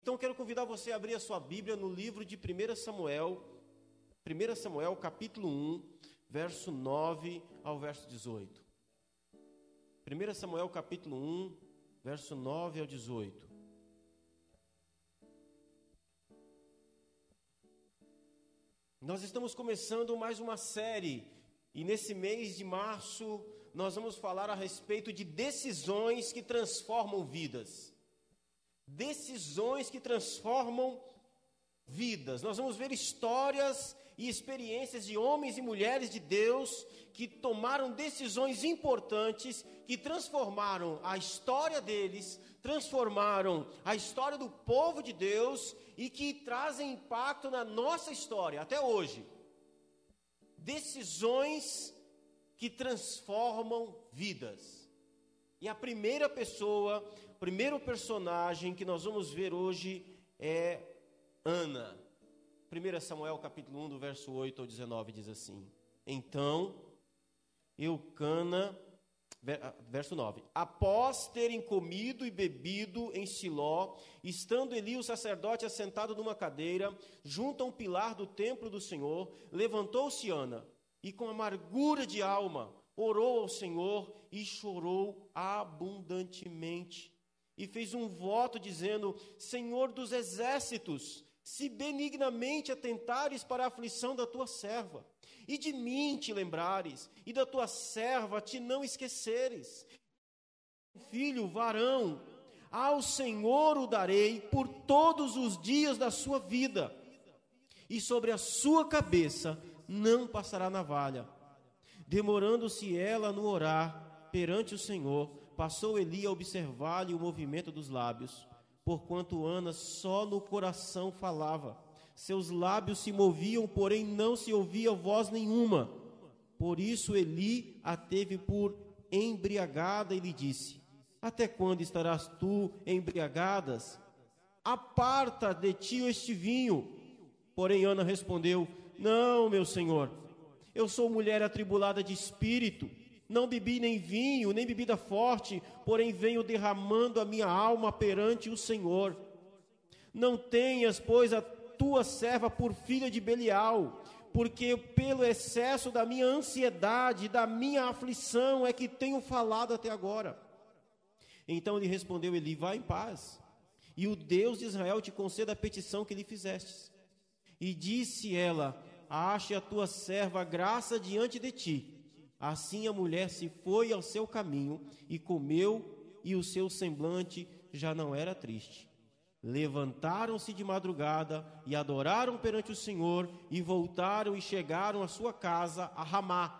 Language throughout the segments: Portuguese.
Então quero convidar você a abrir a sua Bíblia no livro de 1 Samuel capítulo 1, verso 9 ao verso 18. 1 Samuel capítulo 1, verso 9 ao 18. Nós estamos começando mais uma série, e nesse mês de março nós vamos falar a respeito de decisões que transformam vidas. Decisões que transformam vidas. Nós vamos ver histórias e experiências de homens e mulheres de Deus que tomaram decisões importantes, que transformaram a história deles, transformaram a história do povo de Deus e que trazem impacto na nossa história até hoje. Decisões que transformam vidas. E a primeira pessoa, o primeiro personagem que nós vamos ver hoje é Ana. 1 Samuel capítulo 1, do verso 8 ao 19, diz assim: Então, Eucana, verso 9, após terem comido e bebido em Siló, estando Eli o sacerdote assentado numa cadeira, junto a um pilar do templo do Senhor, levantou-se Ana, e com amargura de alma, orou ao Senhor e chorou abundantemente. E fez um voto dizendo: Senhor dos exércitos, se benignamente atentares para a aflição da tua serva, e de mim te lembrares, e da tua serva te não esqueceres, filho varão, ao Senhor o darei por todos os dias da sua vida, e sobre a sua cabeça não passará navalha. Demorando-se ela no orar perante o Senhor, passou Eli a observar-lhe o movimento dos lábios, porquanto Ana só no coração falava. Seus lábios se moviam, porém não se ouvia voz nenhuma. Por isso Eli a teve por embriagada e lhe disse: Até quando estarás tu embriagadas? Aparta de ti este vinho. Porém Ana respondeu: Não, meu senhor, eu sou mulher atribulada de espírito, não bebi nem vinho, nem bebida forte, porém venho derramando a minha alma perante o Senhor. Não tenhas, pois, a tua serva por filha de Belial, porque pelo excesso da minha ansiedade, da minha aflição, é que tenho falado até agora. Então lhe respondeu Eli: Vá em paz, e o Deus de Israel te conceda a petição que lhe fizestes. E disse ela: Ache a tua serva graça diante de ti. Assim a mulher se foi ao seu caminho e comeu, e o seu semblante já não era triste. Levantaram-se de madrugada e adoraram perante o Senhor, e voltaram e chegaram à sua casa a Ramá.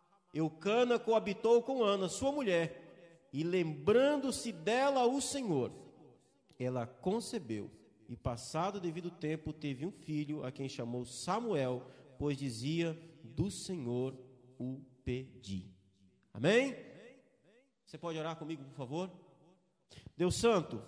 Eucana coabitou com Ana, sua mulher, e lembrando-se dela o Senhor, ela concebeu, e passado o devido tempo teve um filho, a quem chamou Samuel, pois dizia: do Senhor o pedi. Amém? Você pode orar comigo, por favor? Deus Santo,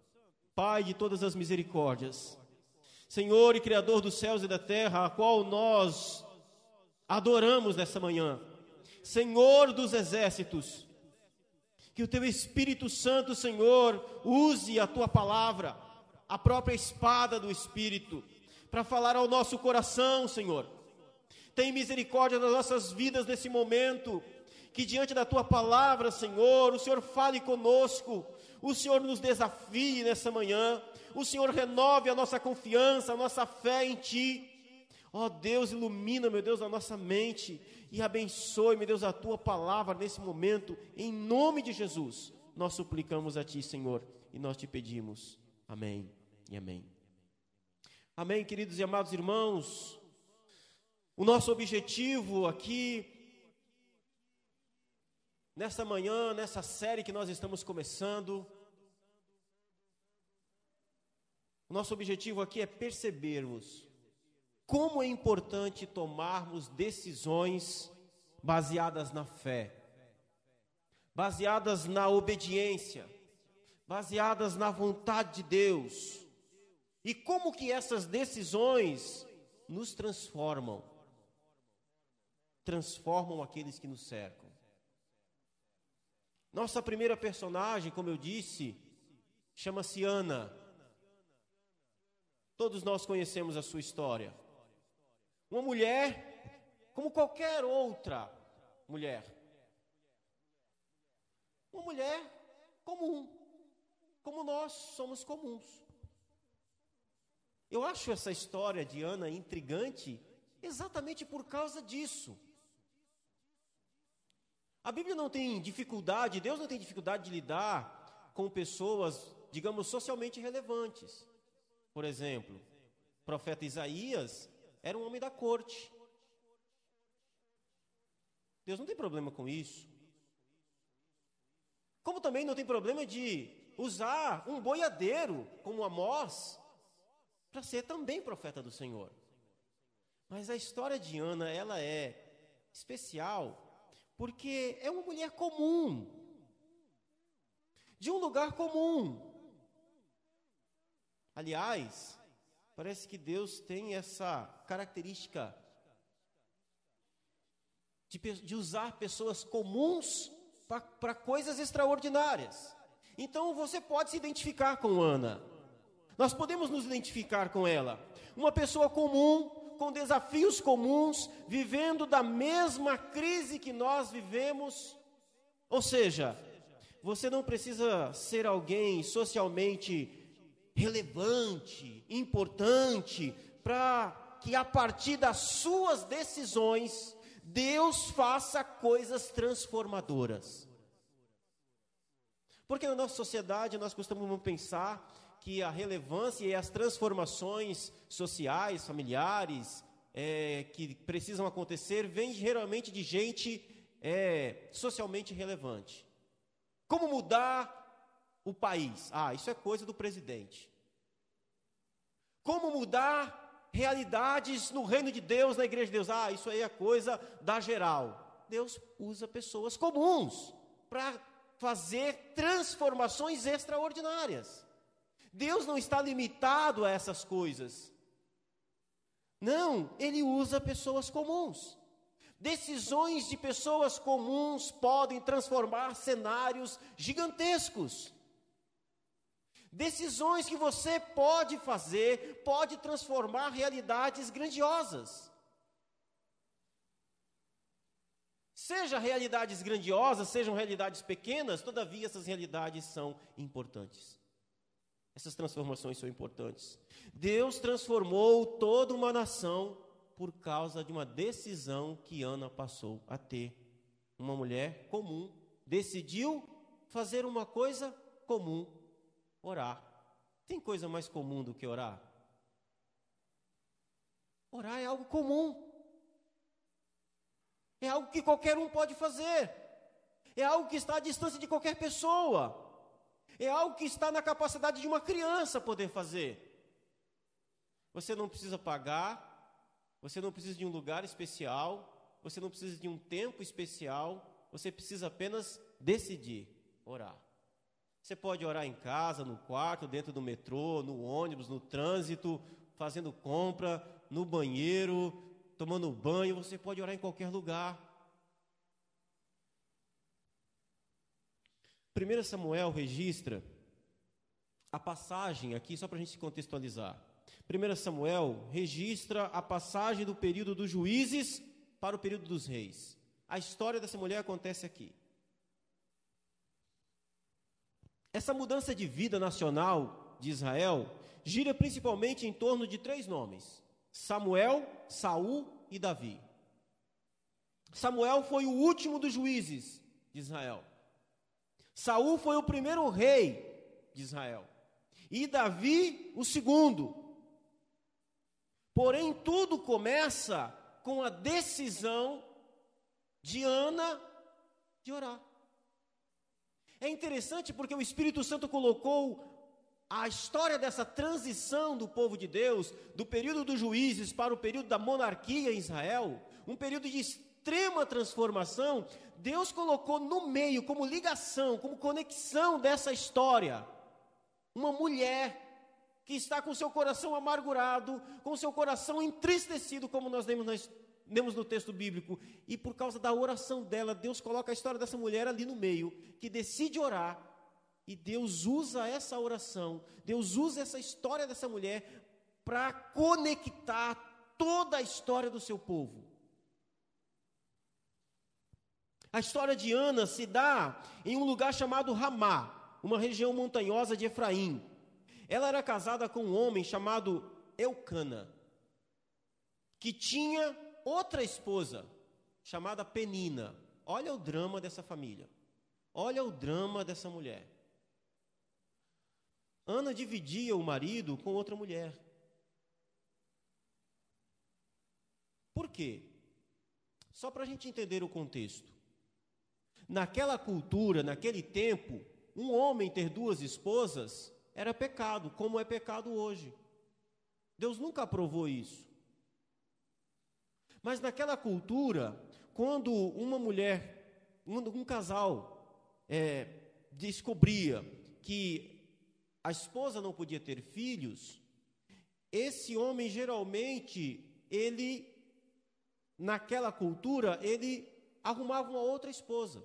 Pai de todas as misericórdias, Senhor e Criador dos céus e da terra, a qual nós adoramos nessa manhã, Senhor dos exércitos, que o Teu Espírito Santo, Senhor, use a Tua palavra, a própria espada do Espírito, para falar ao nosso coração, Senhor. Tem misericórdia das nossas vidas nesse momento, que diante da Tua palavra, Senhor, o Senhor fale conosco, o Senhor nos desafie nessa manhã, o Senhor renove a nossa confiança, a nossa fé em Ti. Ó Deus, ilumina, meu Deus, a nossa mente e abençoe, meu Deus, a Tua palavra nesse momento, em nome de Jesus. Nós suplicamos a Ti, Senhor, e nós Te pedimos. Amém e amém. Amém, queridos e amados irmãos. O nosso objetivo aqui, nesta manhã, nessa série que nós estamos começando, o nosso objetivo aqui é percebermos como é importante tomarmos decisões baseadas na fé, baseadas na obediência, baseadas na vontade de Deus, e como que essas decisões nos transformam aqueles que nos cercam. Nossa primeira personagem, como eu disse, chama-se Ana. Todos nós conhecemos a sua história. Uma mulher, como qualquer outra mulher. Uma mulher comum, como nós somos comuns. Eu acho essa história de Ana intrigante exatamente por causa disso. A Bíblia não tem dificuldade, Deus não tem dificuldade de lidar com pessoas, digamos, socialmente relevantes. Por exemplo, o profeta Isaías era um homem da corte. Deus não tem problema com isso. Como também não tem problema de usar um boiadeiro como Amós para ser também profeta do Senhor. Mas a história de Ana, ela é especial porque é uma mulher comum, de um lugar comum. Aliás, parece que Deus tem essa característica de usar pessoas comuns para coisas extraordinárias. Então você pode se identificar com Ana. Nós podemos nos identificar com ela. Uma pessoa comum, com desafios comuns, vivendo da mesma crise que nós vivemos. Ou seja, você não precisa ser alguém socialmente relevante, importante, para que a partir das suas decisões, Deus faça coisas transformadoras. Porque na nossa sociedade nós costumamos pensar que a relevância e as transformações sociais, familiares, que precisam acontecer, vêm geralmente de gente socialmente relevante. Como mudar o país? Isso é coisa do presidente. Como mudar realidades no reino de Deus, na igreja de Deus? Isso aí é coisa da geral. Deus usa pessoas comuns para fazer transformações extraordinárias. Deus não está limitado a essas coisas. Não, Ele usa pessoas comuns. Decisões de pessoas comuns podem transformar cenários gigantescos. Decisões que você pode fazer, pode transformar realidades grandiosas. Seja realidades grandiosas, sejam realidades pequenas, todavia essas realidades são importantes. Essas transformações são importantes. Deus transformou toda uma nação por causa de uma decisão que Ana passou a ter. Uma mulher comum decidiu fazer uma coisa comum, orar. Tem coisa mais comum do que orar? Orar é algo comum. É algo que qualquer um pode fazer. É algo que está à distância de qualquer pessoa. É algo que está na capacidade de uma criança poder fazer. Você não precisa pagar, você não precisa de um lugar especial, você não precisa de um tempo especial, você precisa apenas decidir orar. Você pode orar em casa, no quarto, dentro do metrô, no ônibus, no trânsito, fazendo compra, no banheiro, tomando banho, você pode orar em qualquer lugar. 1 Samuel registra a passagem aqui, só para a gente se contextualizar. 1 Samuel registra a passagem do período dos juízes para o período dos reis. A história dessa mulher acontece aqui. Essa mudança de vida nacional de Israel gira principalmente em torno de 3 nomes: Samuel, Saul e Davi. Samuel foi o último dos juízes de Israel. Saul foi o primeiro rei de Israel. E Davi, o segundo. Porém, tudo começa com a decisão de Ana de orar. É interessante porque o Espírito Santo colocou a história dessa transição do povo de Deus, do período dos juízes para o período da monarquia em Israel, um período de extrema transformação. Deus colocou no meio, como ligação, como conexão dessa história, uma mulher que está com seu coração amargurado, com seu coração entristecido, como nós lemos no texto bíblico, e por causa da oração dela, Deus coloca a história dessa mulher ali no meio, que decide orar, e Deus usa essa oração, Deus usa essa história dessa mulher para conectar toda a história do seu povo. A história de Ana se dá em um lugar chamado Ramá, uma região montanhosa de Efraim. Ela era casada com um homem chamado Eucana, que tinha outra esposa, chamada Penina. Olha o drama dessa família. Olha o drama dessa mulher. Ana dividia o marido com outra mulher. Por quê? Só para a gente entender o contexto. Naquela cultura, naquele tempo, um homem ter duas esposas era pecado, como é pecado hoje. Deus nunca aprovou isso. Mas naquela cultura, quando uma mulher, um casal descobria que a esposa não podia ter filhos, esse homem geralmente, naquela cultura, ele arrumava uma outra esposa.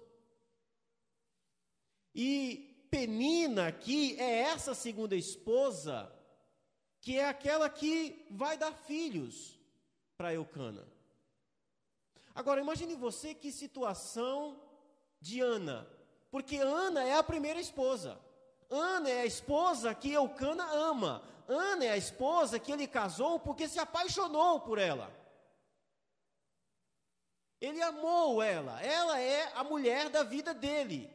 E Penina aqui é essa segunda esposa, que é aquela que vai dar filhos para Eucana. Agora, imagine você que situação de Ana, porque Ana é a primeira esposa. Ana é a esposa que Eucana ama. Ana é a esposa que ele casou porque se apaixonou por ela. Ele amou ela. Ela é a mulher da vida dele.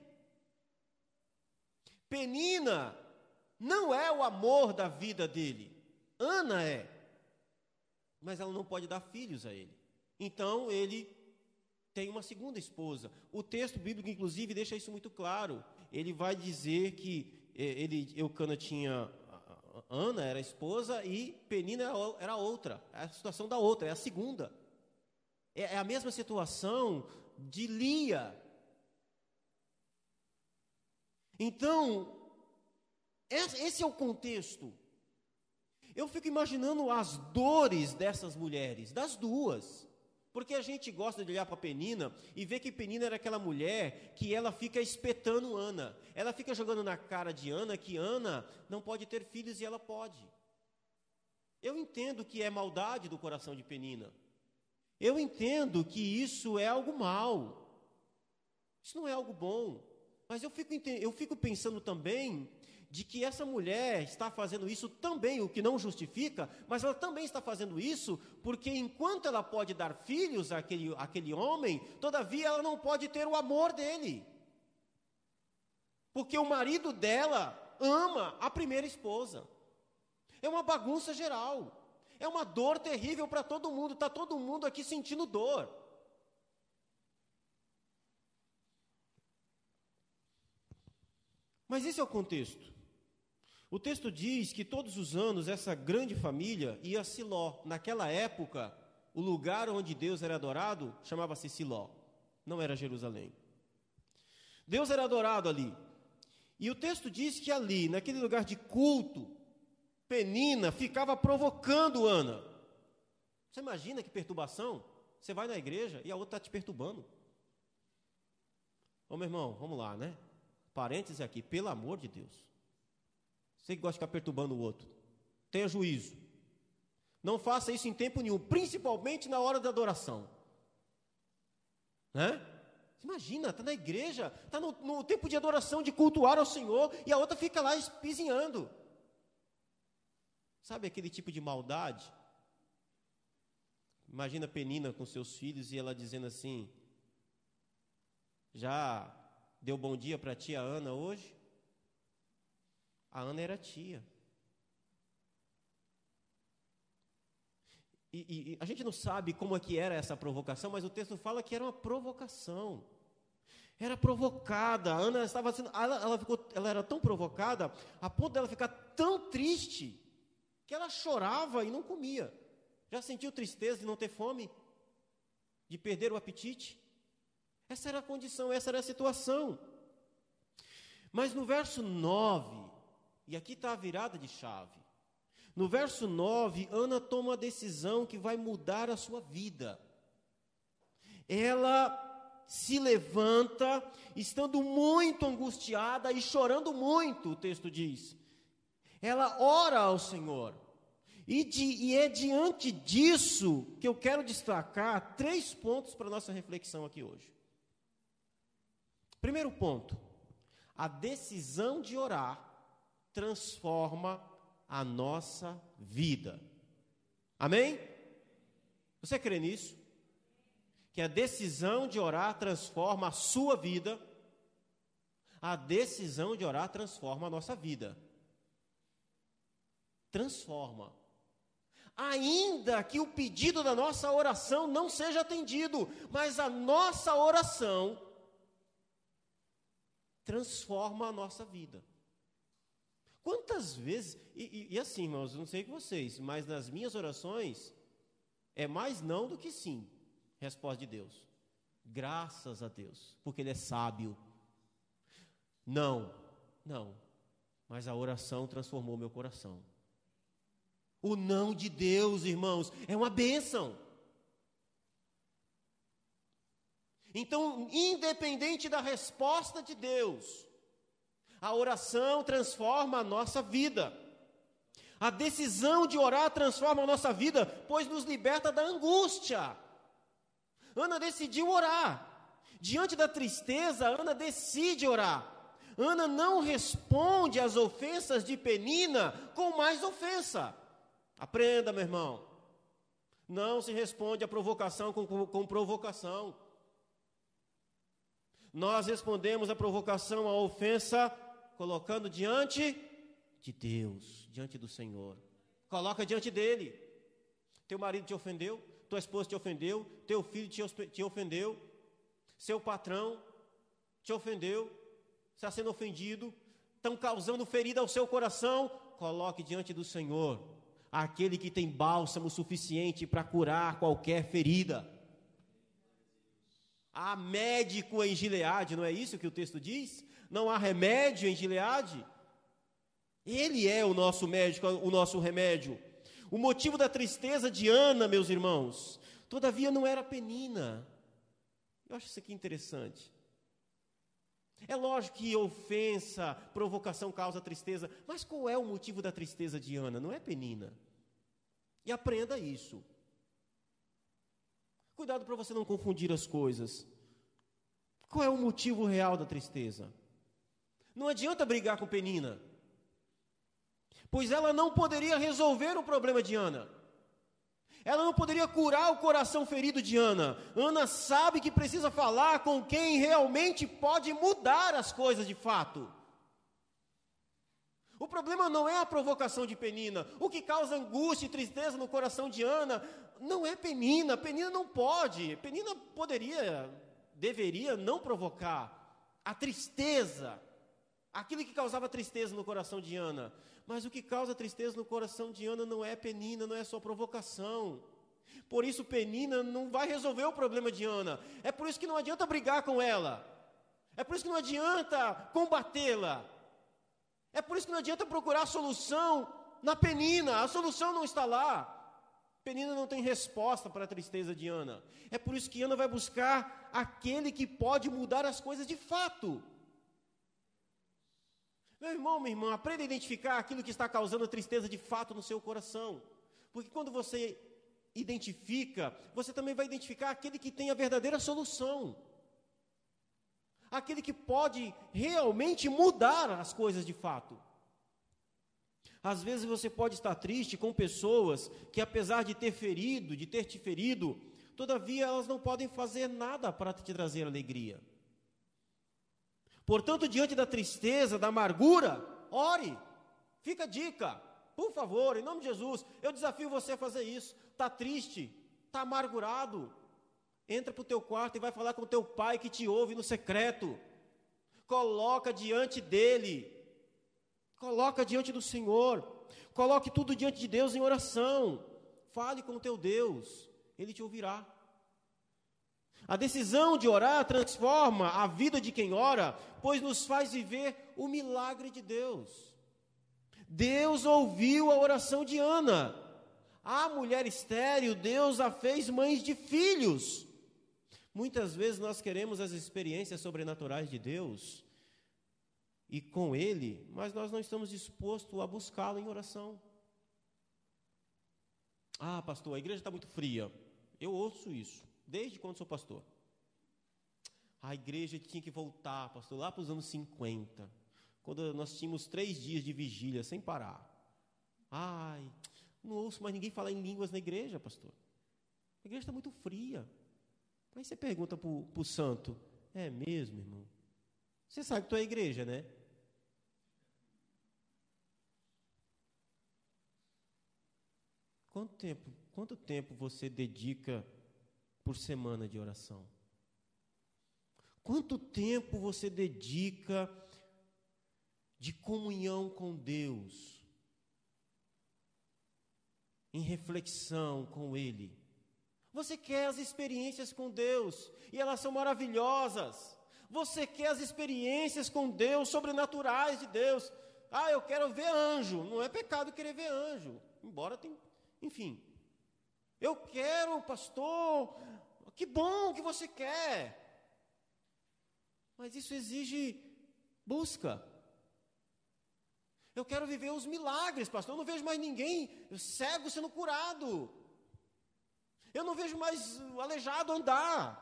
Penina não é o amor da vida dele. Ana é. Mas ela não pode dar filhos a ele. Então, ele tem uma segunda esposa. O texto bíblico, inclusive, deixa isso muito claro. Ele vai dizer que Eucana tinha... Ana era a esposa e Penina era a outra. É a situação da outra, é a segunda. É a mesma situação de Lia. Então, esse é o contexto. Eu fico imaginando as dores dessas mulheres, das duas. Porque a gente gosta de olhar para Penina e ver que Penina era aquela mulher que ela fica espetando Ana. Ela fica jogando na cara de Ana que Ana não pode ter filhos e ela pode. Eu entendo que é maldade do coração de Penina. Eu entendo que isso é algo mal. Isso não é algo bom. Mas eu fico pensando também de que essa mulher está fazendo isso também, o que não justifica, mas ela também está fazendo isso porque enquanto ela pode dar filhos àquele homem, todavia ela não pode ter o amor dele. Porque o marido dela ama a primeira esposa. É uma bagunça geral. É uma dor terrível para todo mundo. Está todo mundo aqui sentindo dor. Mas esse é o contexto. O texto diz que todos os anos essa grande família ia a Siló. Naquela época, o lugar onde Deus era adorado chamava-se Siló. Não era Jerusalém. Deus era adorado ali. E o texto diz que ali, naquele lugar de culto, Penina ficava provocando Ana. Você imagina que perturbação? Você vai na igreja e a outra está te perturbando. Ô meu irmão, vamos lá, né? Parênteses aqui, pelo amor de Deus. Você que gosta de ficar perturbando o outro, tenha juízo. Não faça isso em tempo nenhum, principalmente na hora da adoração. Né? Imagina, está na igreja, está no tempo de adoração, de cultuar ao Senhor, e a outra fica lá espizinhando. Sabe aquele tipo de maldade? Imagina a Penina com seus filhos e ela dizendo assim: já deu bom dia para a tia Ana hoje? A Ana era tia. E a gente não sabe como é que era essa provocação, mas o texto fala que era uma provocação. Era provocada. A Ana estava sendo, ela era tão provocada a ponto dela ficar tão triste que ela chorava e não comia. Já sentiu tristeza de não ter fome? De perder o apetite? Essa era a condição, essa era a situação. Mas no verso 9, e aqui está a virada de chave. No verso 9, Ana toma uma decisão que vai mudar a sua vida. Ela se levanta, estando muito angustiada e chorando muito, o texto diz. Ela ora ao Senhor. E é diante disso que eu quero destacar 3 pontos para a nossa reflexão aqui hoje. Primeiro ponto, a decisão de orar transforma a nossa vida. Amém? Você crê nisso? Que a decisão de orar transforma a sua vida? A decisão de orar transforma a nossa vida. Transforma. Ainda que o pedido da nossa oração não seja atendido, mas a nossa oração transforma a nossa vida. Quantas vezes, e assim, irmãos, eu não sei com vocês, mas nas minhas orações, é mais não do que sim, resposta de Deus. Graças a Deus, porque Ele é sábio. Não, mas a oração transformou meu coração. O não de Deus, irmãos, é uma bênção. Então, independente da resposta de Deus, a oração transforma a nossa vida. A decisão de orar transforma a nossa vida, pois nos liberta da angústia. Ana decidiu orar. Diante da tristeza, Ana decide orar. Ana não responde às ofensas de Penina com mais ofensa. Aprenda, meu irmão. Não se responde à provocação com provocação. Nós respondemos à provocação, à ofensa, colocando diante de Deus, diante do Senhor. Coloca diante dele. Teu marido te ofendeu, tua esposa te ofendeu, teu filho te ofendeu, seu patrão te ofendeu, está sendo ofendido, estão causando ferida ao seu coração. Coloque diante do Senhor, aquele que tem bálsamo suficiente para curar qualquer ferida. Há médico em Gileade, não é isso que o texto diz? Não há remédio em Gileade? Ele é o nosso médico, o nosso remédio. O motivo da tristeza de Ana, meus irmãos, todavia não era Penina. Eu acho isso aqui interessante. É lógico que ofensa, provocação causa tristeza, mas qual é o motivo da tristeza de Ana? Não é Penina. E aprenda isso. Cuidado para você não confundir as coisas. Qual é o motivo real da tristeza? Não adianta brigar com Penina, pois ela não poderia resolver o problema de Ana. Ela não poderia curar o coração ferido de Ana. Ana sabe que precisa falar com quem realmente pode mudar as coisas de fato. O problema não é a provocação de Penina. O que causa angústia e tristeza no coração de Ana não é Penina. Penina não pode. Penina deveria não provocar a tristeza, aquilo que causava tristeza no coração de Ana. Mas o que causa tristeza no coração de Ana não é Penina, não é só provocação. Por isso Penina não vai resolver o problema de Ana. É por isso que não adianta brigar com ela. É por isso que não adianta combatê-la. É por isso que não adianta procurar a solução na Penina. A solução não está lá. Penina não tem resposta para a tristeza de Ana. É por isso que Ana vai buscar aquele que pode mudar as coisas de fato. Meu irmão, minha irmã, aprenda a identificar aquilo que está causando tristeza de fato no seu coração. Porque quando você identifica, você também vai identificar aquele que tem a verdadeira solução. Aquele que pode realmente mudar as coisas de fato. Às vezes você pode estar triste com pessoas que, apesar de ter te ferido, todavia elas não podem fazer nada para te trazer alegria. Portanto, diante da tristeza, da amargura, ore. Fica a dica, por favor, em nome de Jesus, eu desafio você a fazer isso. Está triste, está amargurado, entra para o teu quarto e vai falar com o teu pai que te ouve no secreto. Coloca diante dele. Coloca diante do Senhor. Coloque tudo diante de Deus em oração. Fale com o teu Deus. Ele te ouvirá. A decisão de orar transforma a vida de quem ora, pois nos faz viver o milagre de Deus. Deus ouviu a oração de Ana. A mulher estéril, Deus a fez mãe de filhos. Muitas vezes nós queremos as experiências sobrenaturais de Deus e com Ele, mas nós não estamos dispostos a buscá-lo em oração. Ah, pastor, a igreja está muito fria. Eu ouço isso, desde quando sou pastor. A igreja tinha que voltar, pastor, lá para os anos 50, quando nós tínhamos 3 dias de vigília sem parar. Ai, não ouço mais ninguém falar em línguas na igreja, pastor. A igreja está muito fria. Aí você pergunta para o santo, é mesmo, irmão? Você sabe que tu é igreja, né? Quanto tempo você dedica por semana de oração? Quanto tempo você dedica de comunhão com Deus? Em reflexão com Ele? Você quer as experiências com Deus, e elas são maravilhosas. Você quer as experiências com Deus, sobrenaturais de Deus. Ah, eu quero ver anjo. Não é pecado querer ver anjo, embora tenha... Enfim, eu quero, pastor, que bom que você quer, mas isso exige busca. Eu quero viver os milagres, pastor, eu não vejo mais ninguém cego sendo curado, eu não vejo mais aleijado andar.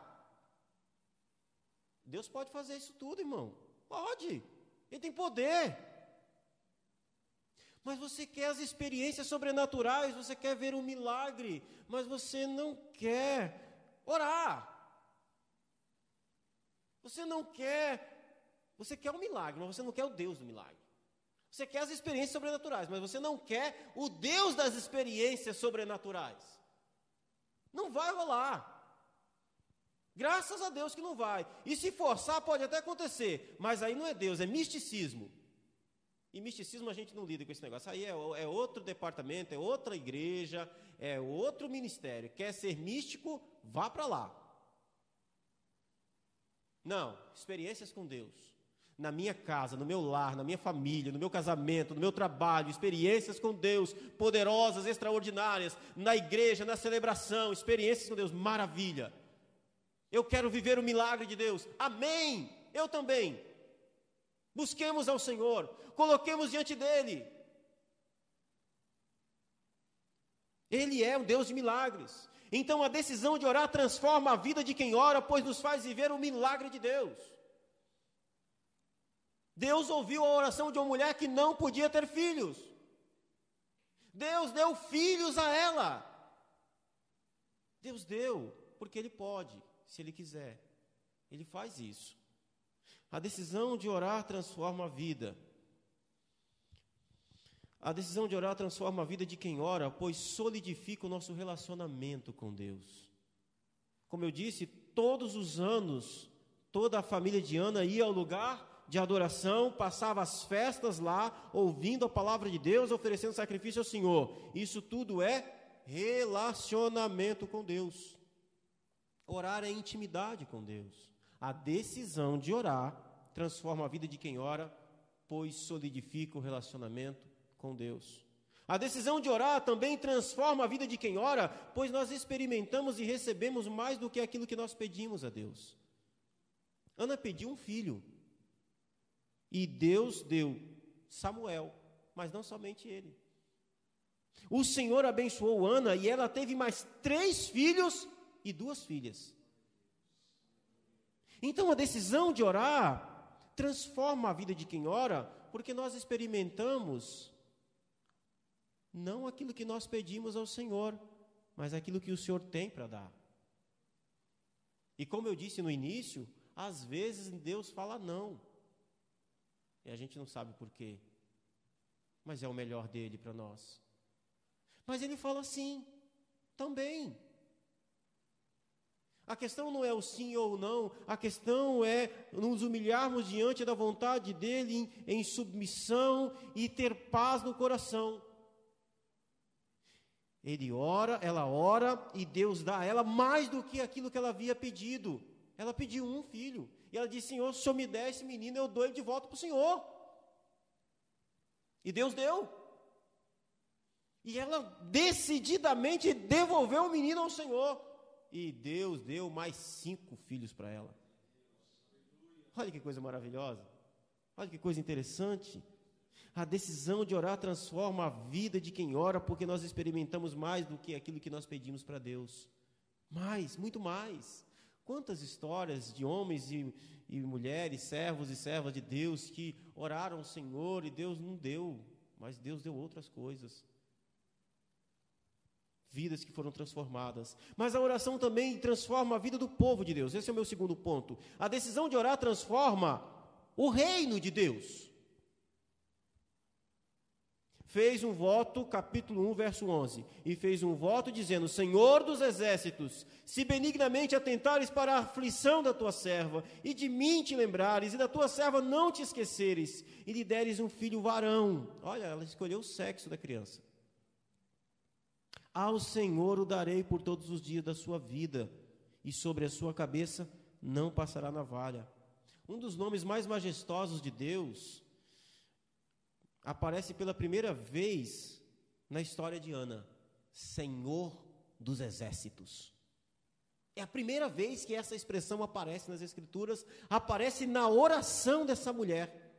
Deus pode fazer isso tudo, irmão, pode, Ele tem poder. Mas você quer as experiências sobrenaturais, você quer ver um milagre, mas você não quer orar. Você quer um milagre, mas você não quer o Deus do milagre. Você quer as experiências sobrenaturais, mas você não quer o Deus das experiências sobrenaturais. Não vai rolar. Graças a Deus que não vai. E se forçar, pode até acontecer, mas aí não é Deus, é misticismo. E misticismo a gente não lida com esse negócio. Aí é outro departamento, é outra igreja, é outro ministério. Quer ser místico? Vá para lá. Não, experiências com Deus. Na minha casa, no meu lar, na minha família, no meu casamento, no meu trabalho, experiências com Deus, poderosas, extraordinárias, na igreja, na celebração, experiências com Deus, maravilha. Eu quero viver o milagre de Deus. Amém! Eu também. Busquemos ao Senhor, coloquemos diante dEle. Ele é um Deus de milagres. Então a decisão de orar transforma a vida de quem ora, pois nos faz viver o milagre de Deus. Deus ouviu a oração de uma mulher que não podia ter filhos. Deus deu filhos a ela. Deus deu, porque Ele pode, se Ele quiser. Ele faz isso. A decisão de orar transforma a vida. A decisão de orar transforma a vida de quem ora, pois solidifica o nosso relacionamento com Deus. Como eu disse, todos os anos, toda a família de Ana ia ao lugar de adoração, passava as festas lá, ouvindo a palavra de Deus, oferecendo sacrifício ao Senhor. Isso tudo é relacionamento com Deus. Orar é intimidade com Deus. A decisão de orar transforma a vida de quem ora, pois solidifica o relacionamento com Deus. A decisão de orar também transforma a vida de quem ora, pois nós experimentamos e recebemos mais do que aquilo que nós pedimos a Deus. Ana pediu um filho, e Deus deu Samuel, mas não somente ele. O Senhor abençoou Ana, e ela teve mais 3 filhos e 2 filhas. Então a decisão de orar transforma a vida de quem ora, porque nós experimentamos não aquilo que nós pedimos ao Senhor, mas aquilo que o Senhor tem para dar. E como eu disse no início, às vezes Deus fala não, e a gente não sabe por quê, mas é o melhor dele para nós. Mas Ele fala sim, também. A questão não é o sim ou o não, a questão é nos humilharmos diante da vontade dEle em submissão e ter paz no coração. Ele ora, ela ora e Deus dá a ela mais do que aquilo que ela havia pedido. Ela pediu um filho e ela disse: Senhor, se o Senhor me der esse menino, eu dou ele de volta para o Senhor. E Deus deu. E ela decididamente devolveu o menino ao Senhor. E Deus deu mais 5 filhos para ela. Olha que coisa maravilhosa. Olha que coisa interessante. A decisão de orar transforma a vida de quem ora, porque nós experimentamos mais do que aquilo que nós pedimos para Deus. Mais, muito mais. Quantas histórias de homens e mulheres, servos e servas de Deus que oraram ao Senhor e Deus não deu, mas Deus deu outras coisas. Vidas que foram transformadas. Mas a oração também transforma a vida do povo de Deus. Esse é o meu segundo ponto. A decisão de orar transforma o reino de Deus. Fez um voto, capítulo 1, verso 11, e fez um voto dizendo: Senhor dos exércitos, se benignamente atentares para a aflição da tua serva, e de mim te lembrares, e da tua serva não te esqueceres, e lhe deres um filho varão. Olha, ela escolheu o sexo da criança. Ao Senhor o darei por todos os dias da sua vida, e sobre a sua cabeça não passará navalha. Um dos nomes mais majestosos de Deus aparece pela primeira vez na história de Ana: Senhor dos exércitos. É a primeira vez que essa expressão aparece nas Escrituras, aparece na oração dessa mulher.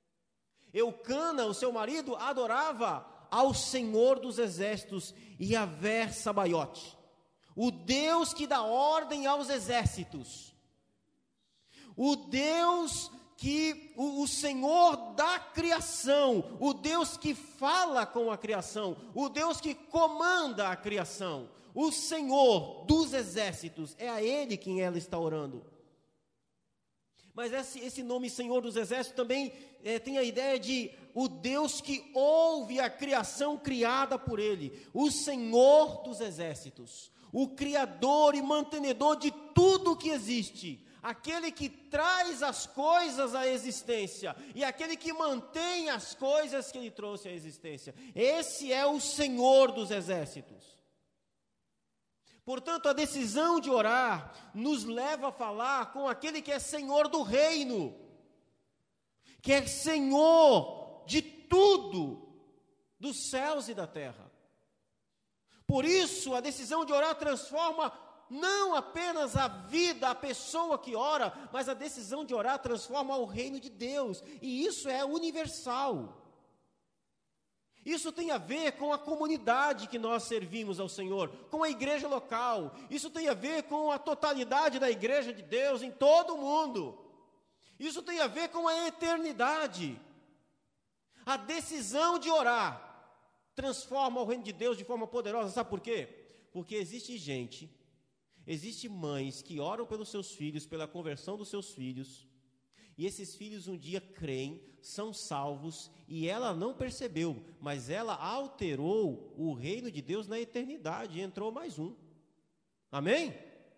Eucana, o seu marido, adorava ao Senhor dos exércitos, Yahvé Sabaote, o Deus que dá ordem aos exércitos, o Deus que o Senhor da criação, o Deus que fala com a criação, o Deus que comanda a criação, o Senhor dos exércitos, é a Ele quem ela está orando. Mas esse nome Senhor dos exércitos também tem a ideia de o Deus que ouve a criação criada por Ele, o Senhor dos exércitos, o Criador e mantenedor de tudo que existe, aquele que traz as coisas à existência e aquele que mantém as coisas que Ele trouxe à existência. Esse é o Senhor dos exércitos. Portanto, a decisão de orar nos leva a falar com aquele que é Senhor do reino, que é Senhor de tudo, dos céus e da terra. Por isso, a decisão de orar transforma não apenas a vida, a pessoa que ora, mas a decisão de orar transforma o reino de Deus, e isso é universal. Isso tem a ver com a comunidade que nós servimos ao Senhor, com a igreja local. Isso tem a ver com a totalidade da igreja de Deus em todo o mundo. Isso tem a ver com a eternidade. A decisão de orar transforma o reino de Deus de forma poderosa. Sabe por quê? Porque existe mães que oram pelos seus filhos, pela conversão dos seus filhos, e esses filhos um dia creem, são salvos, e ela não percebeu, mas ela alterou o reino de Deus na eternidade, e entrou mais um. Amém?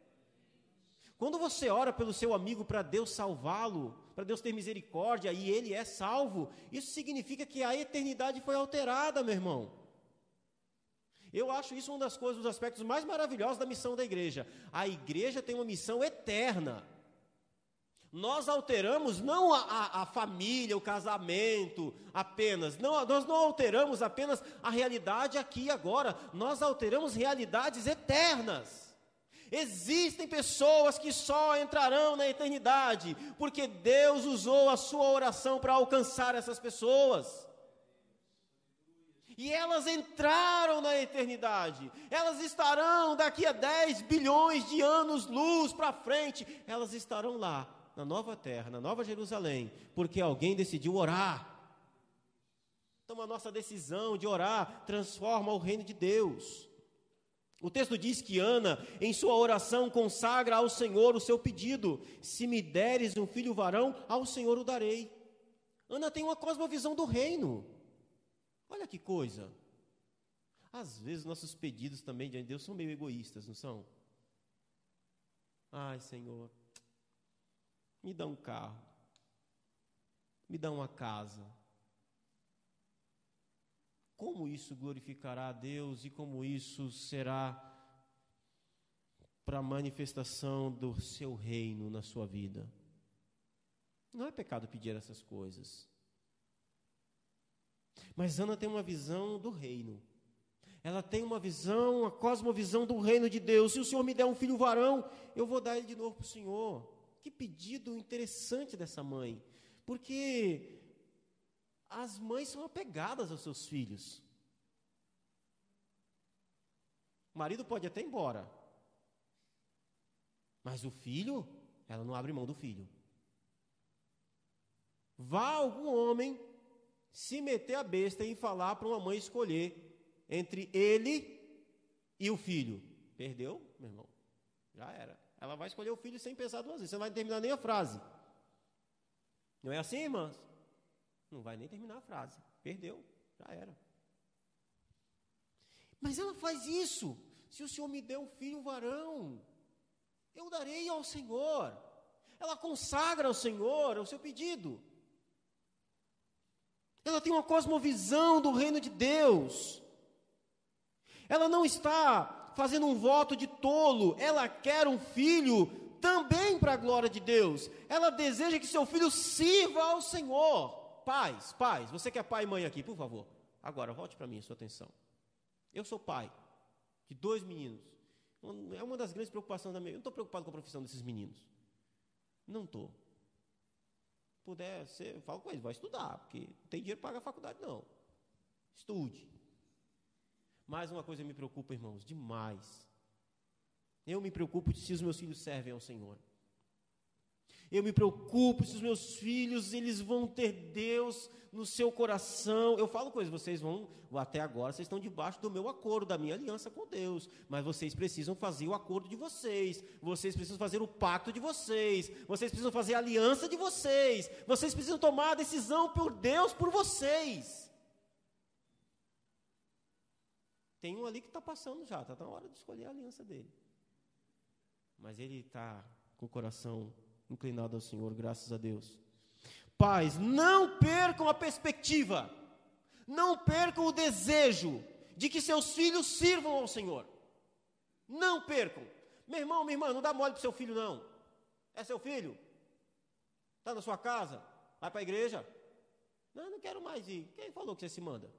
Quando você ora pelo seu amigo para Deus salvá-lo, para Deus ter misericórdia, e ele é salvo, isso significa que a eternidade foi alterada, meu irmão. Eu acho isso um das coisas, dos aspectos mais maravilhosos da missão da igreja. A igreja tem uma missão eterna. Nós alteramos não a família, o casamento apenas, não, nós não alteramos apenas a realidade aqui e agora, nós alteramos realidades eternas. Existem pessoas que só entrarão na eternidade, porque Deus usou a sua oração para alcançar essas pessoas. E elas entraram na eternidade, elas estarão daqui a 10 bilhões de anos-luz para frente, elas estarão lá, na nova terra, na nova Jerusalém, porque alguém decidiu orar. Então a nossa decisão de orar transforma o reino de Deus. O texto diz que Ana, em sua oração, consagra ao Senhor o seu pedido: se me deres um filho varão, ao Senhor o darei. Ana tem uma cosmovisão do reino. Olha que coisa. Às vezes nossos pedidos também diante de Deus são meio egoístas, não são? Ai, Senhor, me dá um carro, me dá uma casa. Como isso glorificará a Deus e como isso será para a manifestação do seu reino na sua vida? Não é pecado pedir essas coisas. Mas Ana tem uma visão do reino. Ela tem uma visão, uma cosmovisão do reino de Deus. Se o Senhor me der um filho varão, eu vou dar ele de novo para o Senhor. Que pedido interessante dessa mãe. Porque As mães são apegadas aos seus filhos. O marido pode até ir embora, mas o filho, ela não abre mão do filho. Vá algum homem se meter a besta e falar para uma mãe escolher entre ele e o filho. Perdeu, meu irmão? Já era. Ela vai escolher o filho sem pensar duas vezes. Você não vai terminar nem a frase. Não é assim, irmãs? Não vai nem terminar a frase. Perdeu, já era. Mas ela faz isso. Se o Senhor me der um filho varão, eu darei ao Senhor. Ela consagra ao Senhor o seu pedido. Ela tem uma cosmovisão do reino de Deus. Ela não está fazendo um voto de tolo. Ela quer um filho também para a glória de Deus. Ela deseja que seu filho sirva ao Senhor. Pais, você que é pai e mãe aqui, por favor. Agora, volte para mim a sua atenção. Eu sou pai de 2 meninos. É uma das grandes preocupações da minha vida. Eu não estou preocupado com a profissão desses meninos. Não estou. Puder ser, eu falo com eles, vai estudar, porque não tem dinheiro para pagar a faculdade, não. Estude. Mais uma coisa me preocupa, irmãos, demais. Eu me preocupo se os meus filhos servem ao Senhor. Eu me preocupo se os meus filhos, eles vão ter Deus no seu coração. Eu falo coisas, vocês vão, até agora, vocês estão debaixo do meu acordo, da minha aliança com Deus. Mas vocês precisam fazer o acordo de vocês. Vocês precisam fazer o pacto de vocês. Vocês precisam fazer a aliança de vocês. Vocês precisam tomar a decisão por Deus, por vocês. Tem um ali que está passando já, está na hora de escolher a aliança dele. Mas ele está com o coração inclinado ao Senhor, graças a Deus. Pais, não percam a perspectiva, não percam o desejo de que seus filhos sirvam ao Senhor. Não percam. Meu irmão, minha irmã, não dá mole para o seu filho, não. É seu filho? Está na sua casa? Vai para a igreja? Não quero mais ir. Quem falou que você se manda?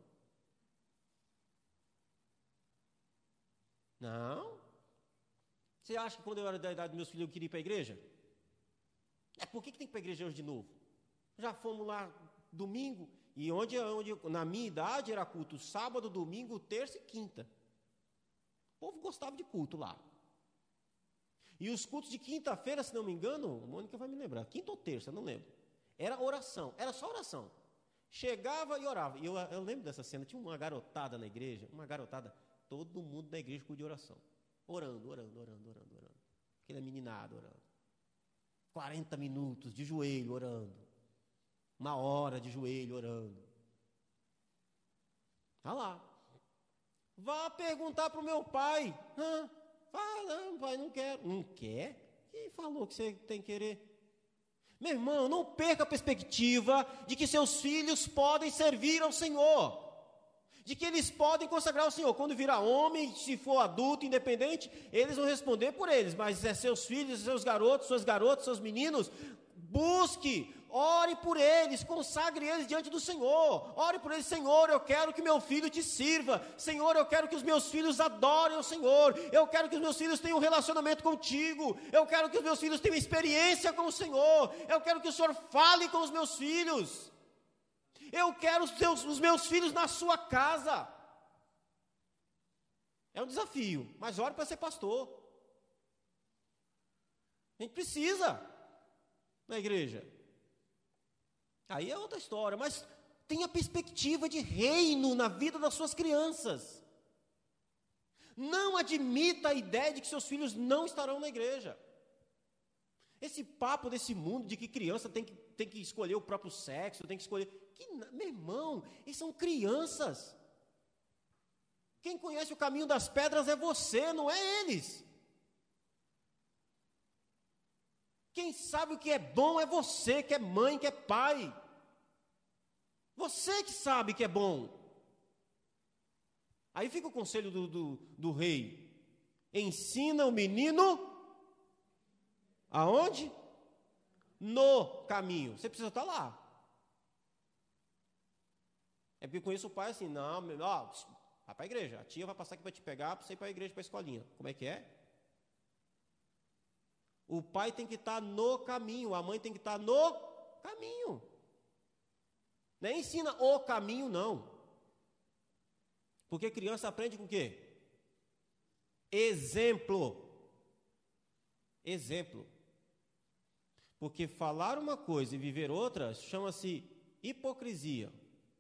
Não. Você acha que quando eu era da idade dos meus filhos eu queria ir para a igreja? Por que tem que ir para a igreja hoje de novo? Já fomos lá domingo, e onde na minha idade era culto sábado, domingo, terça e quinta. O povo gostava de culto lá. E os cultos de quinta-feira, se não me engano, a Mônica vai me lembrar, quinta ou terça, não lembro. Era oração, era só oração. Chegava e orava. E eu lembro dessa cena, tinha uma garotada na igreja, todo mundo na igreja com de oração. Orando. Aquela meninada orando. 40 minutos de joelho orando. 1 hora de joelho orando. Olha lá. Vá perguntar para o meu pai. Não, pai, não quero. Não quer? Quem falou que você tem que querer? Meu irmão, não perca a perspectiva de que seus filhos podem servir ao Senhor. De que eles podem consagrar ao Senhor. Quando virar homem, se for adulto, independente, eles vão responder por eles. Mas seus filhos, seus garotos, suas garotas, seus meninos, busque, ore por eles, consagre eles diante do Senhor. Ore por eles, Senhor, eu quero que meu filho te sirva. Senhor, eu quero que os meus filhos adorem o Senhor. Eu quero que os meus filhos tenham um relacionamento contigo. Eu quero que os meus filhos tenham experiência com o Senhor. Eu quero que o Senhor fale com os meus filhos. Eu quero os meus filhos na sua casa. É um desafio, mas ore para ser pastor. A gente precisa na igreja. Aí é outra história, mas tenha perspectiva de reino na vida das suas crianças. Não admita a ideia de que seus filhos não estarão na igreja. Esse papo desse mundo de que criança tem que escolher o próprio sexo, tem que escolher... meu irmão, eles são crianças. Quem conhece o caminho das pedras é você, não é eles. Quem sabe o que é bom é você, que é mãe, que é pai. Você que sabe que é bom. Aí fica o conselho do rei. Ensina o menino... Aonde? No caminho. Você precisa estar lá. É porque eu conheço o pai assim, não, vai para a igreja. A tia vai passar aqui para te pegar, para você ir para a igreja, para a escolinha. Como é que é? O pai tem que estar no caminho, a mãe tem que estar no caminho. Não é ensina o caminho, não. Porque criança aprende com o quê? Exemplo. Exemplo. Porque falar uma coisa e viver outra chama-se hipocrisia.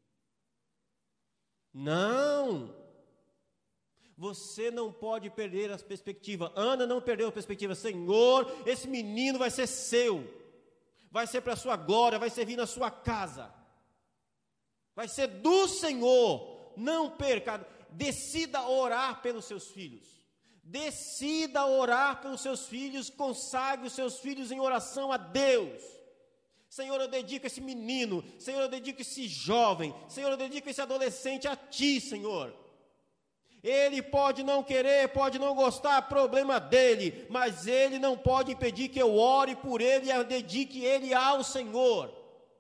Não! Você não pode perder as perspectivas. Ana não perdeu a perspectiva. Senhor, esse menino vai ser seu. Vai ser para a sua glória, vai servir na sua casa. Vai ser do Senhor. Não perca. Decida orar pelos seus filhos. Decida orar pelos seus filhos. Consagre os seus filhos em oração a Deus. Senhor, eu dedico esse menino. Senhor, eu dedico esse jovem. Senhor, eu dedico esse adolescente a Ti, Senhor. Ele pode não querer, pode não gostar, problema dele, mas ele não pode impedir que eu ore por ele e dedique ele ao Senhor.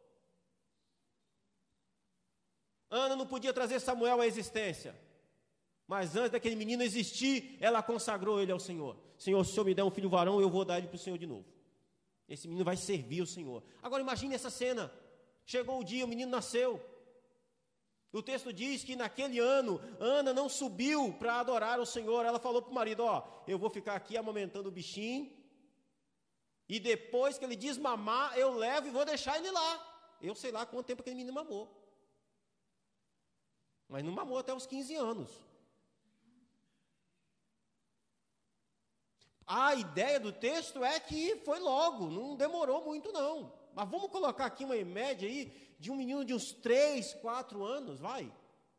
Ana não podia trazer Samuel à existência, mas antes daquele menino existir, ela consagrou ele ao Senhor. Senhor, se o Senhor me der um filho varão, eu vou dar ele para o Senhor de novo. Esse menino vai servir o Senhor. Agora imagine essa cena, chegou o dia, o menino nasceu. O texto diz que naquele ano, Ana não subiu para adorar o Senhor. Ela falou para o marido, eu vou ficar aqui amamentando o bichinho, e depois que ele desmamar, eu levo e vou deixar ele lá. Eu sei lá quanto tempo aquele menino mamou. Mas não mamou até os 15 anos. A ideia do texto é que foi logo, não demorou muito não. Mas vamos colocar aqui uma média aí, de um menino de uns 3, 4 anos, vai.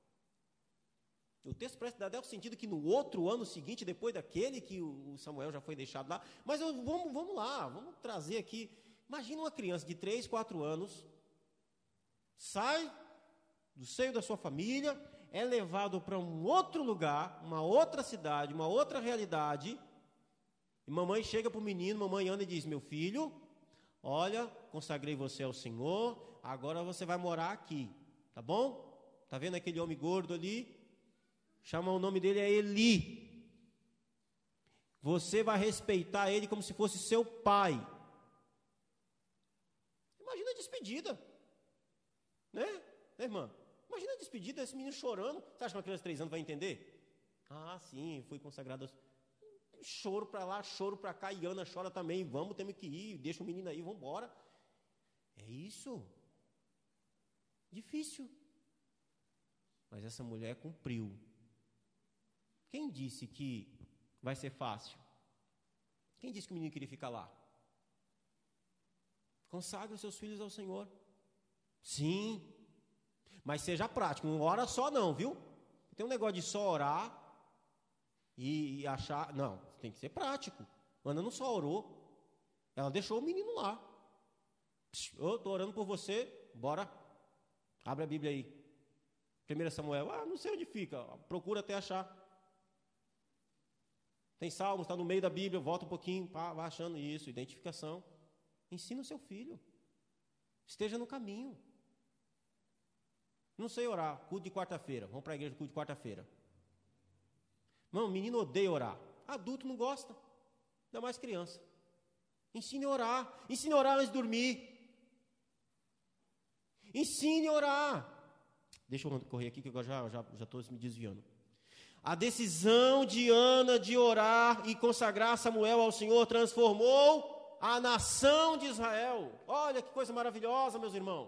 O texto parece dar até o sentido que no outro ano seguinte, depois daquele que o Samuel já foi deixado lá, mas vamos lá, vamos trazer aqui. Imagina uma criança de 3, 4 anos, sai do seio da sua família, é levado para um outro lugar, uma outra cidade, uma outra realidade, e mamãe chega para o menino, mamãe anda e diz, meu filho, olha, consagrei você ao Senhor, agora você vai morar aqui, tá bom? Tá vendo aquele homem gordo ali? Chama o nome dele é Eli. Você vai respeitar ele como se fosse seu pai. Imagina a despedida, né irmã? Imagina a despedida desse menino chorando. Você acha que uma criança de 3 anos vai entender? Ah, sim, fui consagrado. Choro para lá, choro para cá, e Ana chora também. Vamos, temos que ir, deixa o menino aí, vamos embora. É isso. Difícil. Mas essa mulher cumpriu. Quem disse que vai ser fácil? Quem disse que o menino queria ficar lá? Consagre os seus filhos ao Senhor. Sim. Mas seja prático, não ora só não, viu? Tem um negócio de só orar e achar... Não, tem que ser prático. Ana não só orou, ela deixou o menino lá. Eu estou orando por você, bora. Abre a Bíblia aí. 1 Samuel, não sei onde fica, procura até achar. Tem Salmos, está no meio da Bíblia, volta um pouquinho, vai achando isso, identificação. Ensina o seu filho. Esteja no caminho. Não sei orar, culto de quarta-feira. Vamos para a igreja, culto de quarta-feira. Não, menino odeia orar. Adulto não gosta, ainda mais criança. Ensine a orar. Ensine a orar antes de dormir. Ensine a orar. Deixa eu correr aqui que agora já estou me desviando. A decisão de Ana de orar e consagrar Samuel ao Senhor transformou a nação de Israel. Olha que coisa maravilhosa, meus irmãos.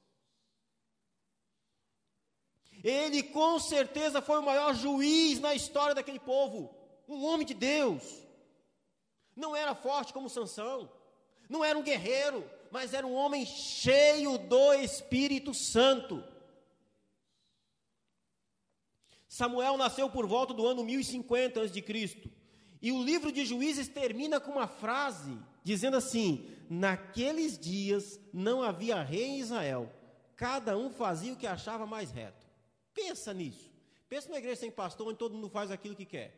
Ele com certeza foi o maior juiz na história daquele povo. Um homem de Deus. Não era forte como Sansão. Não era um guerreiro, mas era um homem cheio do Espírito Santo. Samuel nasceu por volta do ano 1050 a.C. E o livro de Juízes termina com uma frase, dizendo assim: naqueles dias não havia rei em Israel, cada um fazia o que achava mais reto. Pensa nisso. Pensa numa igreja sem pastor, onde todo mundo faz aquilo que quer.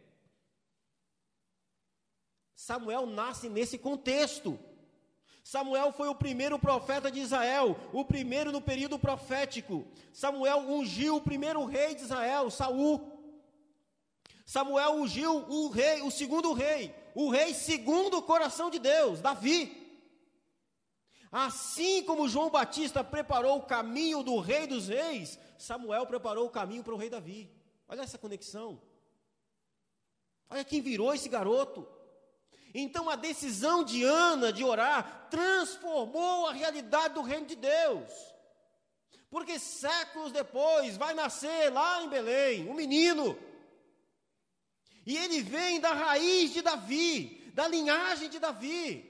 Samuel nasce nesse contexto. Samuel foi o primeiro profeta de Israel, o primeiro no período profético. Samuel ungiu o primeiro rei de Israel, Saul. Samuel ungiu o segundo rei, o rei segundo o coração de Deus, Davi. Assim como João Batista preparou o caminho do Rei dos Reis, Samuel preparou o caminho para o rei Davi. Olha essa conexão. Olha quem virou esse garoto. Então a decisão de Ana de orar transformou a realidade do reino de Deus. Porque séculos depois vai nascer lá em Belém um menino. E ele vem da raiz de Davi, da linhagem de Davi.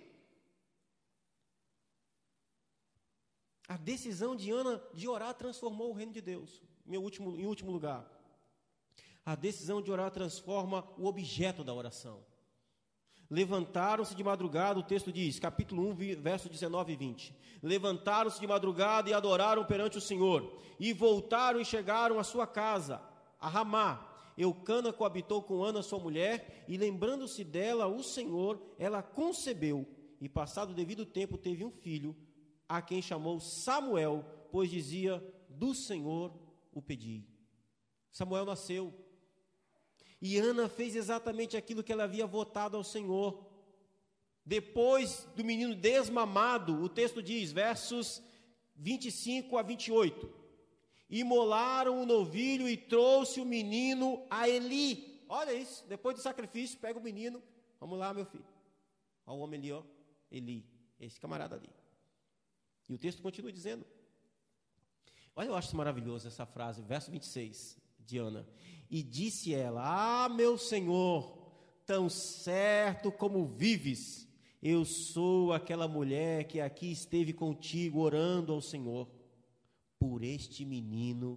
A decisão de Ana de orar transformou o reino de Deus. Em último lugar, a decisão de orar transforma o objeto da oração. Levantaram-se de madrugada, o texto diz, capítulo 1, verso 19 e 20. Levantaram-se de madrugada e adoraram perante o Senhor. E voltaram e chegaram à sua casa, a Ramá. Eucana coabitou com Ana, sua mulher, e lembrando-se dela, o Senhor, ela concebeu. E passado o devido tempo teve um filho, a quem chamou Samuel, pois dizia, do Senhor o pedi. Samuel nasceu. E Ana fez exatamente aquilo que ela havia votado ao Senhor. Depois do menino desmamado, o texto diz, versos 25 a 28. Imolaram o novilho e trouxe o menino a Eli. Olha isso, depois do sacrifício, pega o menino. Vamos lá, meu filho. Olha o homem ali, ó. Eli, esse camarada ali. E o texto continua dizendo. Olha, eu acho maravilhoso essa frase, verso 26 de Ana. E disse ela, meu Senhor, tão certo como vives, eu sou aquela mulher que aqui esteve contigo orando ao Senhor, por este menino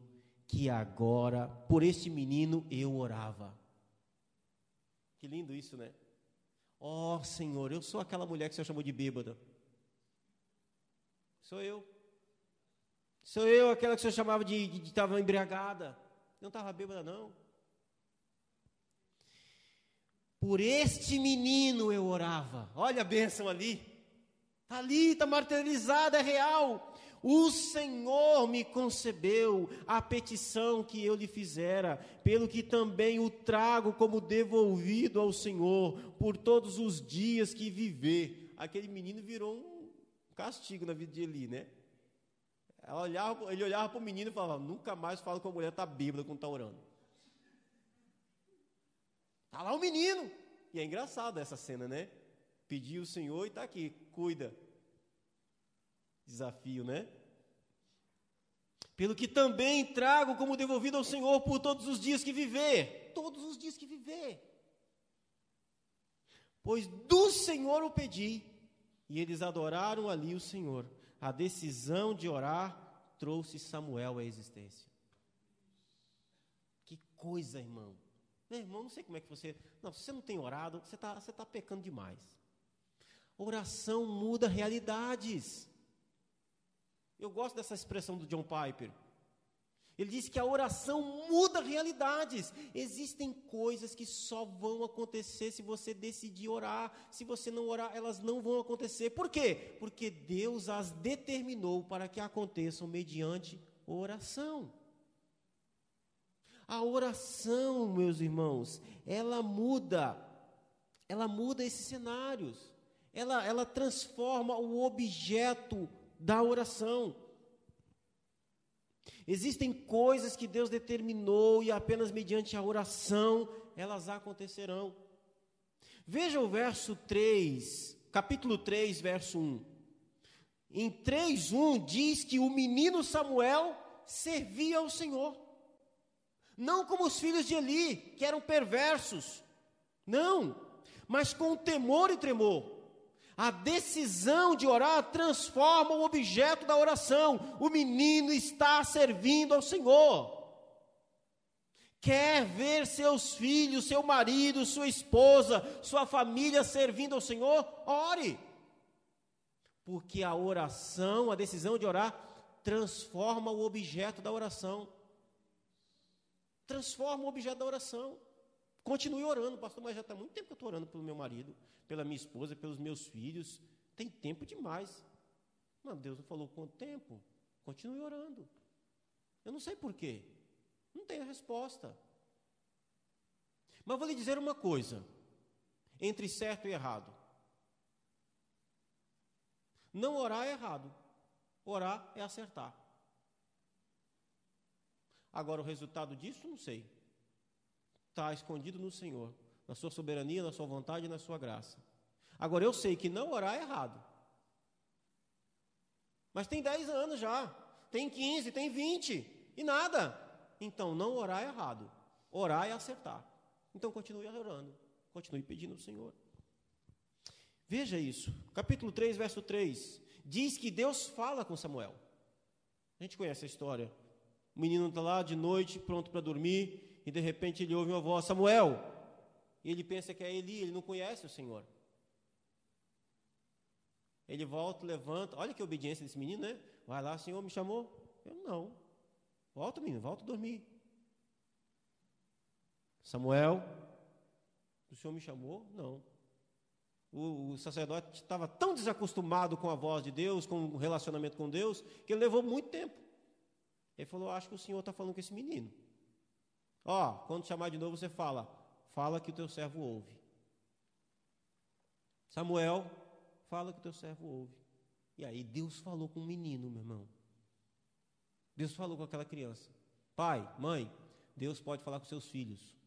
eu orava. Que lindo isso, né? Ó Senhor, eu sou aquela mulher que o Senhor chamou de bêbada. Sou eu. Sou eu aquela que o Senhor chamava de estava embriagada. Não estava bêbada, não. Por este menino eu orava. Olha a bênção ali. Está ali, está materializada, é real. O Senhor me concebeu a petição que eu lhe fizera, pelo que também o trago como devolvido ao Senhor, por todos os dias que viver. Aquele menino virou um castigo na vida de Eli, né? Ele olhava para o menino e falava, nunca mais falo com a mulher está bêbada quando está orando. Está lá o menino. E é engraçado essa cena, né? Pediu o Senhor e está aqui, cuida. Desafio, né? Pelo que também trago como devolvido ao Senhor por todos os dias que viver. Todos os dias que viver. Pois do Senhor o pedi. E eles adoraram ali o Senhor. A decisão de orar trouxe Samuel à existência. Que coisa, irmão. Meu irmão, não sei como é que você... Não, se você não tem orado, você tá pecando demais. Oração muda realidades. Eu gosto dessa expressão do John Piper. Ele diz que a oração muda realidades. Existem coisas que só vão acontecer se você decidir orar. Se você não orar, elas não vão acontecer. Por quê? Porque Deus as determinou para que aconteçam mediante oração. A oração, meus irmãos, ela muda esses cenários. Ela transforma o objeto da oração. Existem coisas que Deus determinou e apenas mediante a oração elas acontecerão. Veja o verso 3, capítulo 3, verso 1. Em 3:1 diz que o menino Samuel servia ao Senhor. Não como os filhos de Eli, que eram perversos. Não, mas com temor e tremor. A decisão de orar transforma o objeto da oração. O menino está servindo ao Senhor. Quer ver seus filhos, seu marido, sua esposa, sua família servindo ao Senhor? Ore. Porque a oração, a decisão de orar, transforma o objeto da oração. Transforma o objeto da oração. Continue orando, pastor, mas já está muito tempo que eu estou orando pelo meu marido, pela minha esposa, pelos meus filhos. Tem tempo demais. Mas Deus não falou quanto tempo. Continue orando. Eu não sei porquê. Não tenho resposta. Mas vou lhe dizer uma coisa. Entre certo e errado. Não orar é errado. Orar é acertar. Agora, o resultado disso, não sei. Está escondido no Senhor, na sua soberania, na sua vontade e na sua graça. Agora, eu sei que não orar é errado. Mas tem 10 anos já, tem 15, tem 20, e nada. Então, não orar é errado. Orar é acertar. Então, continue orando, continue pedindo ao Senhor. Veja isso, capítulo 3, verso 3, diz que Deus fala com Samuel. A gente conhece a história. O menino está lá de noite, pronto para dormir, e de repente ele ouve uma voz, Samuel. E ele pensa que é Eli, ele não conhece o Senhor. Ele volta, levanta, olha que obediência desse menino, né? Vai lá, Senhor me chamou? Eu não. Volta, menino, volta a dormir. Samuel, o Senhor me chamou? Não. O sacerdote estava tão desacostumado com a voz de Deus, com o relacionamento com Deus, que ele levou muito tempo. Ele falou, acho que o Senhor está falando com esse menino. Quando chamar de novo, você fala que o teu servo ouve. Samuel, fala que o teu servo ouve. E aí Deus falou com o menino, meu irmão. Deus falou com aquela criança. Pai, mãe, Deus pode falar com seus filhos.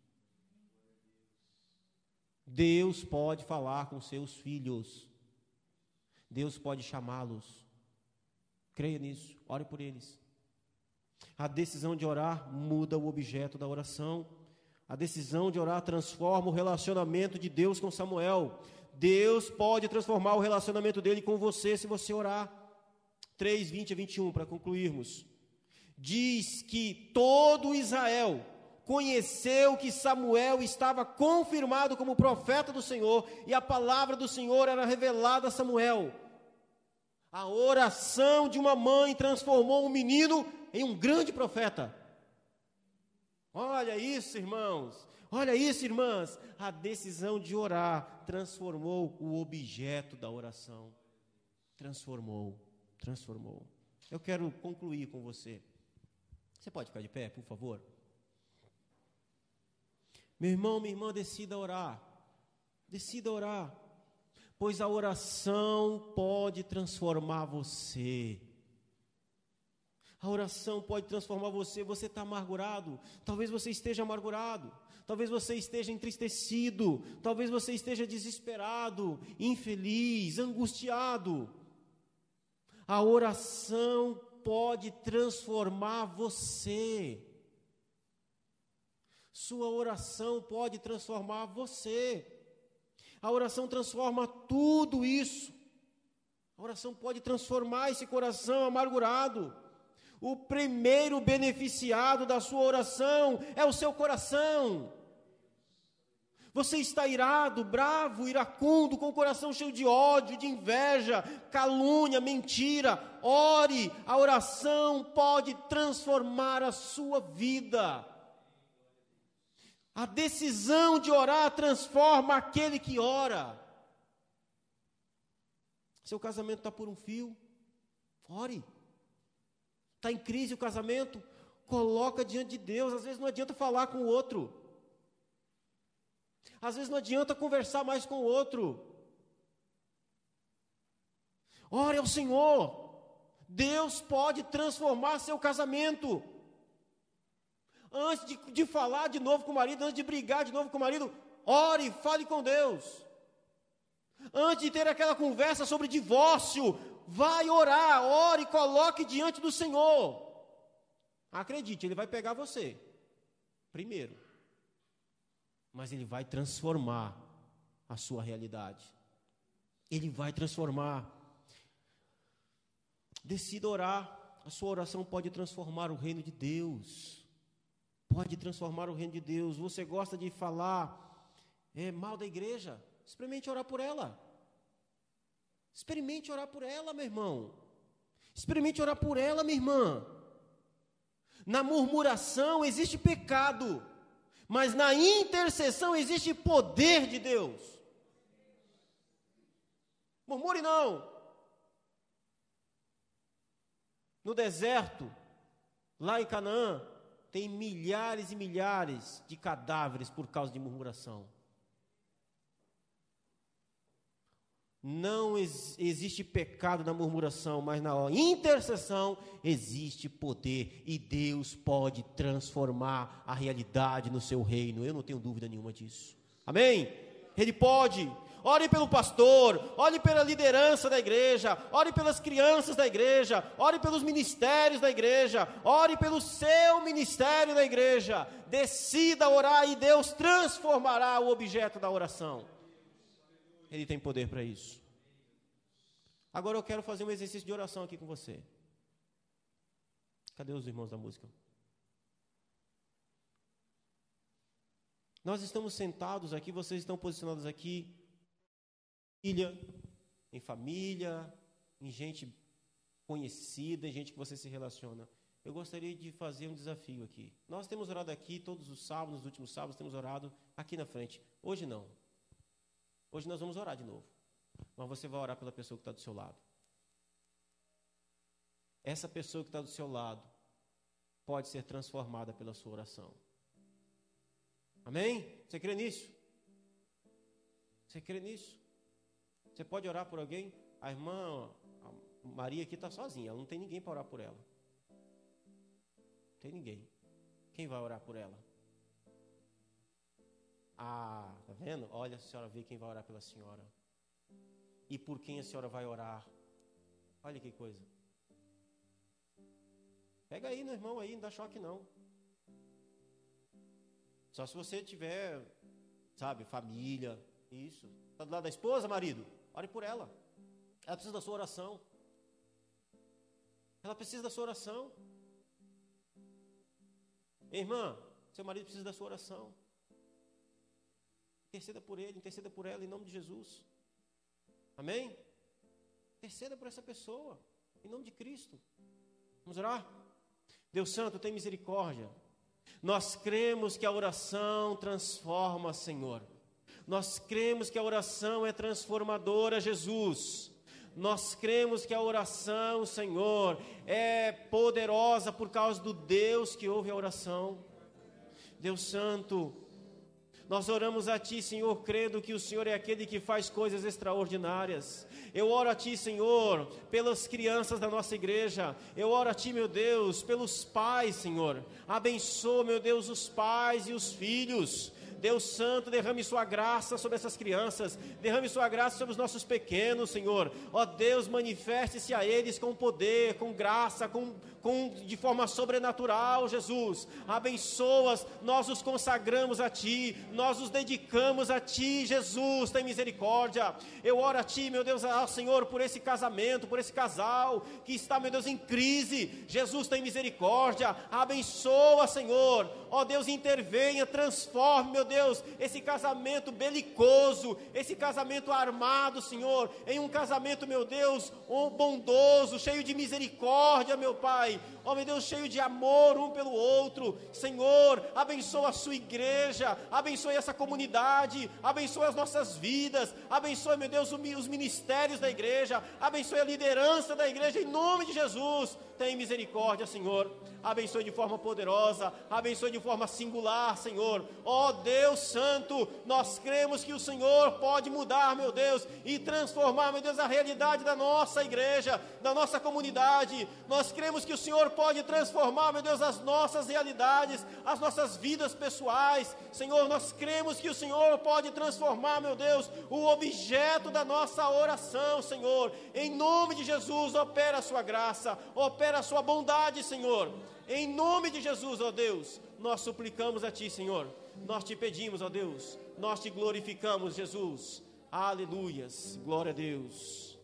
Deus pode falar com seus filhos. Deus pode chamá-los. Creia nisso, ore por eles. A decisão de orar muda o objeto da oração. A decisão de orar transforma o relacionamento de Deus com Samuel. Deus pode transformar o relacionamento dele com você se você orar. 3, 20 a 21, para concluirmos. Diz que todo Israel conheceu que Samuel estava confirmado como profeta do Senhor e a palavra do Senhor era revelada a Samuel. A oração de uma mãe transformou um menino em um grande profeta. Olha isso, irmãos. Olha isso, irmãs. A decisão de orar transformou o objeto da oração. Transformou. Eu quero concluir com você. Você pode ficar de pé, por favor? Meu irmão, minha irmã, decida orar. Decida orar. Pois a oração pode transformar você. A oração pode transformar você. Você está amargurado. Talvez você esteja amargurado. Talvez você esteja entristecido. Talvez você esteja desesperado, infeliz, angustiado. A oração pode transformar você. Sua oração pode transformar você. A oração transforma tudo isso. A oração pode transformar esse coração amargurado. O primeiro beneficiado da sua oração é o seu coração. Você está irado, bravo, iracundo, com o coração cheio de ódio, de inveja, calúnia, mentira. Ore, a oração pode transformar a sua vida. A decisão de orar transforma aquele que ora. Seu casamento está por um fio, ore. Está em crise o casamento, coloca diante de Deus. Às vezes não adianta falar com o outro. Às vezes não adianta conversar mais com o outro. Ore ao Senhor. Deus pode transformar seu casamento. Antes de falar de novo com o marido, antes de brigar de novo com o marido, ore, fale com Deus. Antes de ter aquela conversa sobre divórcio, vai orar, ore, coloque diante do Senhor. Acredite, Ele vai pegar você, primeiro. Mas Ele vai transformar a sua realidade. Ele vai transformar. Decida orar, a sua oração pode transformar o reino de Deus. Pode transformar o reino de Deus. Você gosta de falar mal da igreja? Experimente orar por ela. Experimente orar por ela, meu irmão. Experimente orar por ela, minha irmã. Na murmuração existe pecado, mas na intercessão existe poder de Deus. Murmure não. No deserto, lá em Canaã, tem milhares e milhares de cadáveres por causa de murmuração. Não existe pecado na murmuração, mas na intercessão existe poder. E Deus pode transformar a realidade no seu reino. Eu não tenho dúvida nenhuma disso. Amém? Ele pode. Ore pelo pastor, ore pela liderança da igreja, ore pelas crianças da igreja, ore pelos ministérios da igreja, ore pelo seu ministério da igreja. Decida orar e Deus transformará o objeto da oração. Ele tem poder para isso. Agora eu quero fazer um exercício de oração aqui com você. Cadê os irmãos da música? Nós estamos sentados aqui, vocês estão posicionados aqui, em família, em gente conhecida, em gente que você se relaciona. Eu gostaria de fazer um desafio aqui. Nós temos orado aqui todos os sábados, nos últimos sábados, temos orado aqui na frente. Hoje não. Hoje nós vamos orar de novo. Mas você vai orar pela pessoa que está do seu lado. Essa pessoa que está do seu lado pode ser transformada pela sua oração. Amém? Você crê nisso? Você crê nisso? Você pode orar por alguém? A irmã Maria aqui está sozinha. Ela não tem ninguém para orar por ela. Não tem ninguém. Quem vai orar por ela? Ah, tá vendo? Olha, a senhora vê quem vai orar pela senhora. E por quem a senhora vai orar. Olha que coisa. Pega aí no irmão aí, não dá choque não. Só se você tiver, sabe, família, isso. Está do lado da esposa, marido? Ore por ela. Ela precisa da sua oração. Ela precisa da sua oração. Irmã, seu marido precisa da sua oração. Interceda por ele, interceda por ela, em nome de Jesus. Amém? Interceda por essa pessoa, em nome de Cristo. Vamos orar? Deus Santo, tem misericórdia. Nós cremos que a oração transforma, Senhor. Nós cremos que a oração é transformadora, Jesus. Nós cremos que a oração, Senhor, é poderosa por causa do Deus que ouve a oração. Deus Santo, nós oramos a Ti, Senhor, crendo que o Senhor é aquele que faz coisas extraordinárias. Eu oro a Ti, Senhor, pelas crianças da nossa igreja. Eu oro a Ti, meu Deus, pelos pais, Senhor. Abençoa, meu Deus, os pais e os filhos. Deus Santo, derrame sua graça sobre essas crianças, derrame sua graça sobre os nossos pequenos, Senhor. Ó Deus, manifeste-se a eles com poder, com graça, de forma sobrenatural, Jesus. Abençoa-os, nós os consagramos a Ti, nós os dedicamos a Ti, Jesus, tem misericórdia. Eu oro a Ti, meu Deus, ao Senhor, por esse casamento, por esse casal que está, meu Deus, em crise. Jesus, tem misericórdia. Abençoa, Senhor. Ó Deus, intervenha, transforme, meu Deus, esse casamento belicoso, esse casamento armado, Senhor, em um casamento, meu Deus, bondoso, cheio de misericórdia, meu Pai. Ó, meu Deus, cheio de amor um pelo outro. Senhor, abençoa a sua igreja, abençoe essa comunidade, abençoe as nossas vidas, abençoe, meu Deus, os ministérios da igreja, abençoe a liderança da igreja, em nome de Jesus. Tem misericórdia, Senhor. Abençoe de forma poderosa, abençoe de forma singular, Senhor. Ó Deus Santo, nós cremos que o Senhor pode mudar, meu Deus, e transformar, meu Deus, a realidade da nossa igreja, da nossa comunidade. Nós cremos que o Senhor pode transformar, meu Deus, as nossas realidades, as nossas vidas pessoais. Senhor, nós cremos que o Senhor pode transformar, meu Deus, o objeto da nossa oração, Senhor. Em nome de Jesus, opera a sua graça, opera a sua bondade, Senhor. Em nome de Jesus, ó Deus, nós suplicamos a Ti, Senhor. Nós te pedimos, ó Deus, nós te glorificamos, Jesus. Aleluias, glória a Deus.